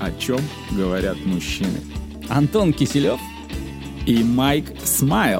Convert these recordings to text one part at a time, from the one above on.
О чем говорят мужчины. Антон Киселев и Майк Смайл.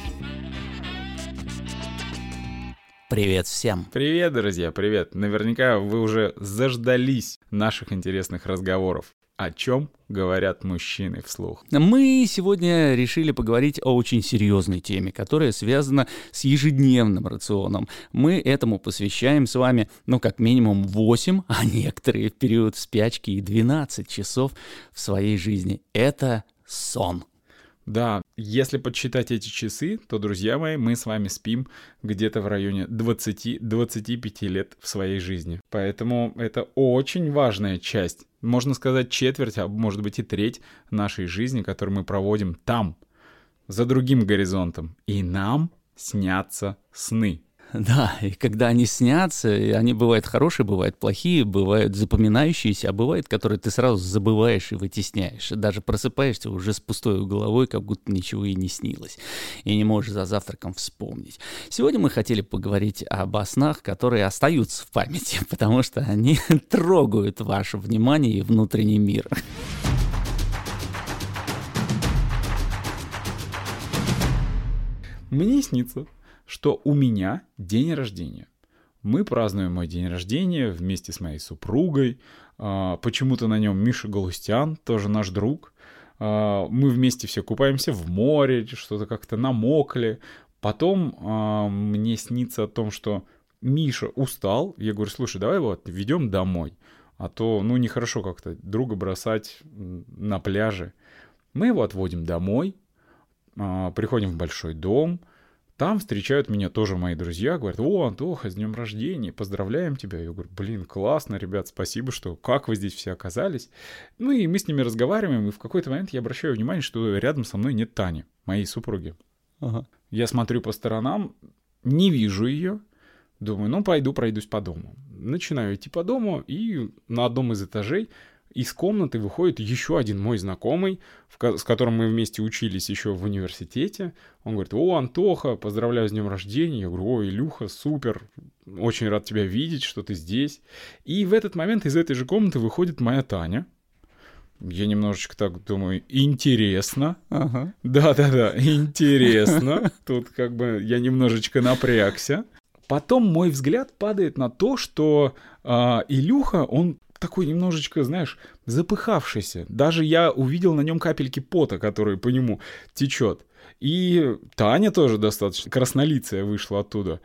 Привет всем. Привет, друзья, привет. Наверняка вы уже заждались наших интересных разговоров. О чем говорят мужчины вслух? Мы сегодня решили поговорить о очень серьезной теме, которая связана с ежедневным рационом. Мы этому посвящаем с вами, как минимум 8, а некоторые в период спячки и 12 часов в своей жизни. Это сон. Да, если подсчитать эти часы, то, друзья мои, мы с вами спим где-то в районе 20-25 лет в своей жизни. Поэтому это очень важная часть, можно сказать, четверть, а может быть и треть нашей жизни, которую мы проводим там, за другим горизонтом. И нам снятся сны. Да, и когда они снятся, и они бывают хорошие, бывают плохие, бывают запоминающиеся, а бывают, которые ты сразу забываешь и вытесняешь. И даже просыпаешься уже с пустой головой, как будто ничего и не снилось. И не можешь за завтраком вспомнить. Сегодня мы хотели поговорить об снах, которые остаются в памяти, потому что они трогают ваше внимание и внутренний мир. Мне снится, что у меня день рождения. Мы празднуем мой день рождения вместе с моей супругой. Почему-то на нем Миша Галустян, тоже наш друг. Мы вместе все купаемся в море, что-то как-то намокли. Потом мне снится о том, что Миша устал. Я говорю, слушай, давай его отведем домой. А то, нехорошо как-то друга бросать на пляже. Мы его отводим домой, приходим в большой дом. Там встречают меня тоже мои друзья, говорят, Антоха, с днем рождения, поздравляем тебя. Я говорю, классно, ребят, спасибо, как вы здесь все оказались. И мы с ними разговариваем, и в какой-то момент я обращаю внимание, что рядом со мной нет Тани, моей супруги. Ага. Я смотрю по сторонам, не вижу ее, думаю, пойду пройдусь по дому. Начинаю идти по дому, и на одном из этажей из комнаты выходит еще один мой знакомый, с которым мы вместе учились еще в университете. Он говорит, Антоха, поздравляю с днем рождения. Я говорю, Илюха, супер, очень рад тебя видеть, что ты здесь. И в этот момент из этой же комнаты выходит моя Таня. Я немножечко так думаю, интересно. Ага. Да-да-да, интересно. Тут я немножечко напрягся. Потом мой взгляд падает на то, что Илюха, он такой немножечко, запыхавшийся. Даже я увидел на нем капельки пота, которые по нему течет. И Таня тоже достаточно краснолицая вышла оттуда.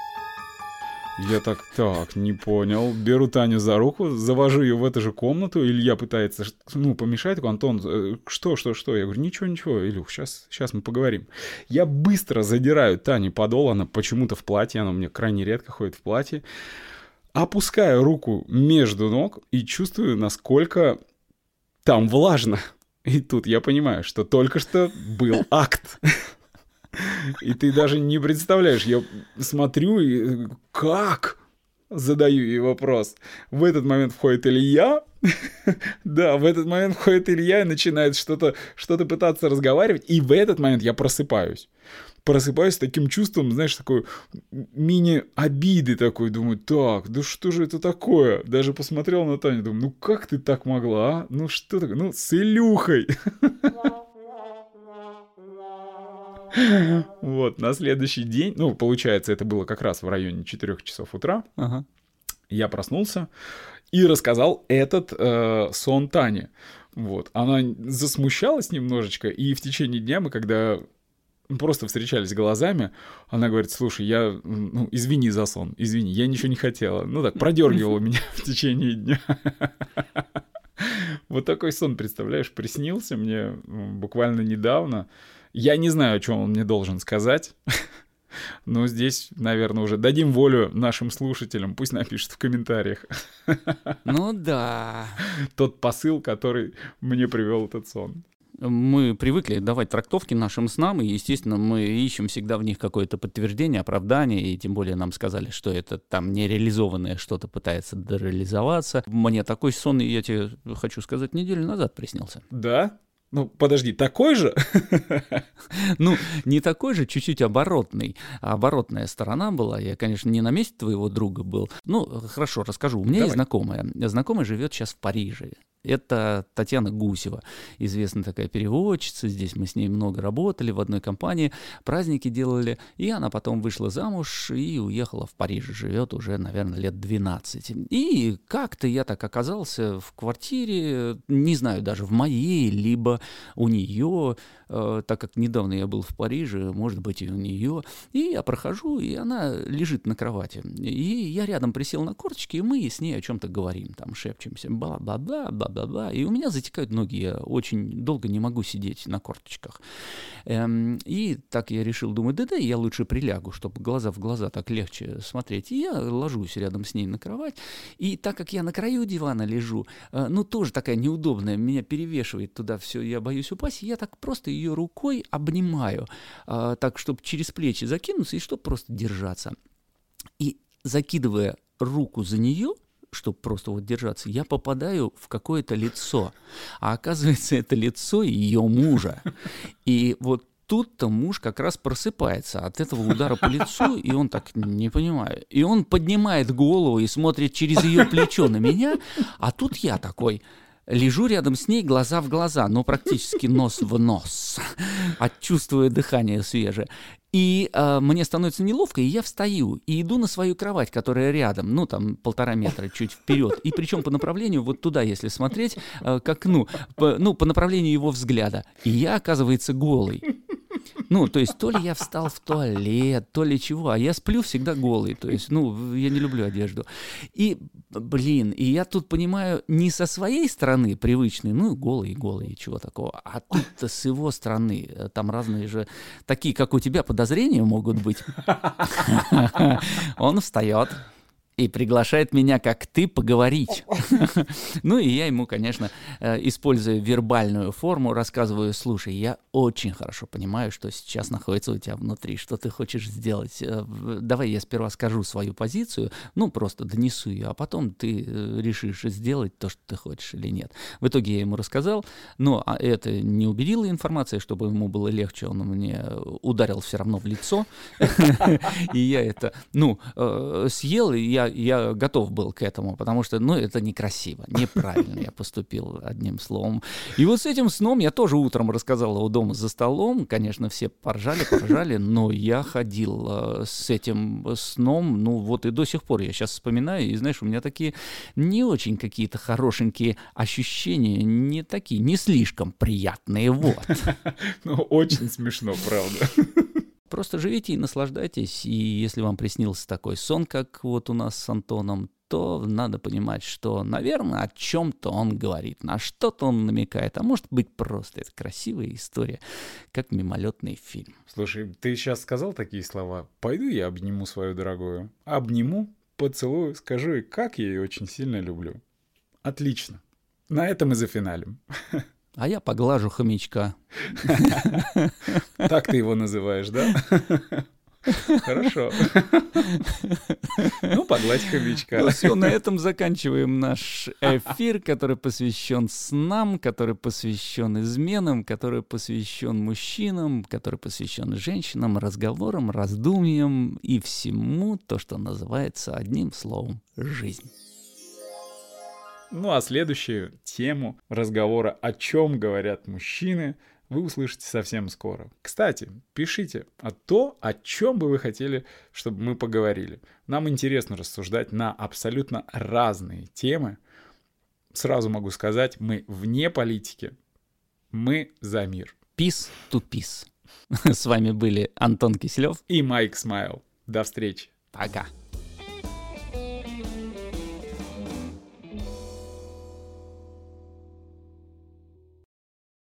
Я так, не понял. Беру Таню за руку, завожу ее в эту же комнату. Илья пытается, помешать. Антон, что? Я говорю, ничего, Илюх, сейчас мы поговорим. Я быстро задираю Тане подол, она почему-то в платье, она у меня крайне редко ходит в платье. Опускаю руку между ног и чувствую, насколько там влажно. И тут я понимаю, что только что был акт. И ты даже не представляешь, я смотрю и как? Задаю ей вопрос. В этот момент входит Илья. Да, в этот момент входит Илья и начинает что-то пытаться разговаривать. И в этот момент я просыпаюсь. Просыпаюсь с таким чувством, такой мини-обиды такой. Думаю, да что же это такое? Даже посмотрел на Таню, думаю, как ты так могла, а? Что такое? С Илюхой. На следующий день, получается, это было как раз в районе 4 часов утра. Ага. Я проснулся и рассказал этот сон Тане. Она засмущалась немножечко, и в течение дня мы, когда просто встречались глазами, она говорит, слушай, я, извини за сон, извини, я ничего не хотела. Продергивала меня в течение дня. Вот такой сон, представляешь, приснился мне буквально недавно. Я не знаю, о чем он мне должен сказать. Но здесь, наверное, уже дадим волю нашим слушателям. Пусть напишут в комментариях. Да. Тот посыл, который мне привел этот сон. Мы привыкли давать трактовки нашим снам, и, естественно, мы ищем всегда в них какое-то подтверждение, оправдание, и тем более нам сказали, что это там нереализованное что-то пытается дореализоваться. Мне такой сон, я тебе хочу сказать, неделю назад приснился. Да? Подожди, такой же? Не такой же, чуть-чуть оборотный. Оборотная сторона была. Я, конечно, не на месте твоего друга был. Хорошо, расскажу. У меня есть знакомая. Знакомая живет сейчас в Париже. Это Татьяна Гусева, известная такая переводчица. Здесь мы с ней много работали в одной компании, праздники делали. И она потом вышла замуж и уехала в Париж. Живет уже, наверное, лет 12. И как-то я так оказался в квартире, не знаю, даже в моей, либо у нее, так как недавно я был в Париже, может быть, и у нее. И я прохожу, и она лежит на кровати. И я рядом присел на корточки, и мы с ней о чем-то говорим, там шепчемся, бла-бла-бла, бла-бла-бла. И у меня затекают ноги, я очень долго не могу сидеть на корточках. И так я решил, думаю, да-да, я лучше прилягу, чтобы глаза в глаза так легче смотреть. И я ложусь рядом с ней на кровать. И так как я на краю дивана лежу, ну, тоже такая неудобная, меня перевешивает туда все, я боюсь упасть, и я так просто ее рукой обнимаю, так, чтобы через плечи закинуться и чтобы просто держаться. И закидывая руку за нее, чтобы просто вот держаться, я попадаю в какое-то лицо. А оказывается, это лицо ее мужа. И вот тут-то муж как раз просыпается от этого удара по лицу, и он так, не понимаю. И он поднимает голову и смотрит через ее плечо на меня, а тут я такой... Лежу рядом с ней, глаза в глаза, но практически нос в нос, чувствуя дыхание свежее. И мне становится неловко, и я встаю и иду на свою кровать, которая рядом, ну, там, 1,5 метра чуть вперед. И причем по направлению вот туда, если смотреть, к окну, по направлению его взгляда. И я, оказывается, голый. Ну, то есть, то ли я встал в туалет, то ли чего, а я сплю всегда голый, то есть, ну, я не люблю одежду. И, блин, и я тут понимаю, не со своей стороны привычной, ну, голый, чего такого, а тут-то с его стороны, там разные же, такие, как у тебя, подозрения могут быть. Он встает и приглашает меня, как ты, поговорить. Ну и я ему, конечно, используя вербальную форму, рассказываю: слушай, я очень хорошо понимаю, что сейчас находится у тебя внутри, что ты хочешь сделать. Давай я сперва скажу свою позицию, ну просто донесу ее, а потом ты решишь сделать то, что ты хочешь или нет. В итоге я ему рассказал, но это не убедила информация, чтобы ему было легче, он мне ударил все равно в лицо, и я это, съел, и я готов был к этому, потому что, это некрасиво, неправильно я поступил, одним словом. И вот с этим сном я тоже утром рассказал его дома за столом, конечно, все поржали, но я ходил с этим сном, и до сих пор я сейчас вспоминаю, и, знаешь, у меня такие не очень какие-то хорошенькие ощущения, не слишком приятные, вот. Очень смешно, правда. Просто живите и наслаждайтесь, и если вам приснился такой сон, как вот у нас с Антоном, то надо понимать, что, наверное, о чем-то он говорит, на что-то он намекает, а может быть просто это красивая история, как мимолетный фильм. Слушай, ты сейчас сказал такие слова, пойду я обниму свою дорогую, обниму, поцелую, скажу ей, как я ее очень сильно люблю. Отлично. На этом и зафиналим. А я поглажу хомячка. Так ты его называешь, да? Хорошо. Погладь хомячка. Все, на этом заканчиваем наш эфир, который посвящен снам, который посвящен изменам, который посвящен мужчинам, который посвящен женщинам, разговорам, раздумьям и всему то, что называется одним словом «жизнь». А следующую тему разговора, о чем говорят мужчины, вы услышите совсем скоро. Кстати, пишите о чем бы вы хотели, чтобы мы поговорили. Нам интересно рассуждать на абсолютно разные темы. Сразу могу сказать, мы вне политики, мы за мир. Peace to peace. С вами были Антон Киселев и Майк Смайл. До встречи. Пока.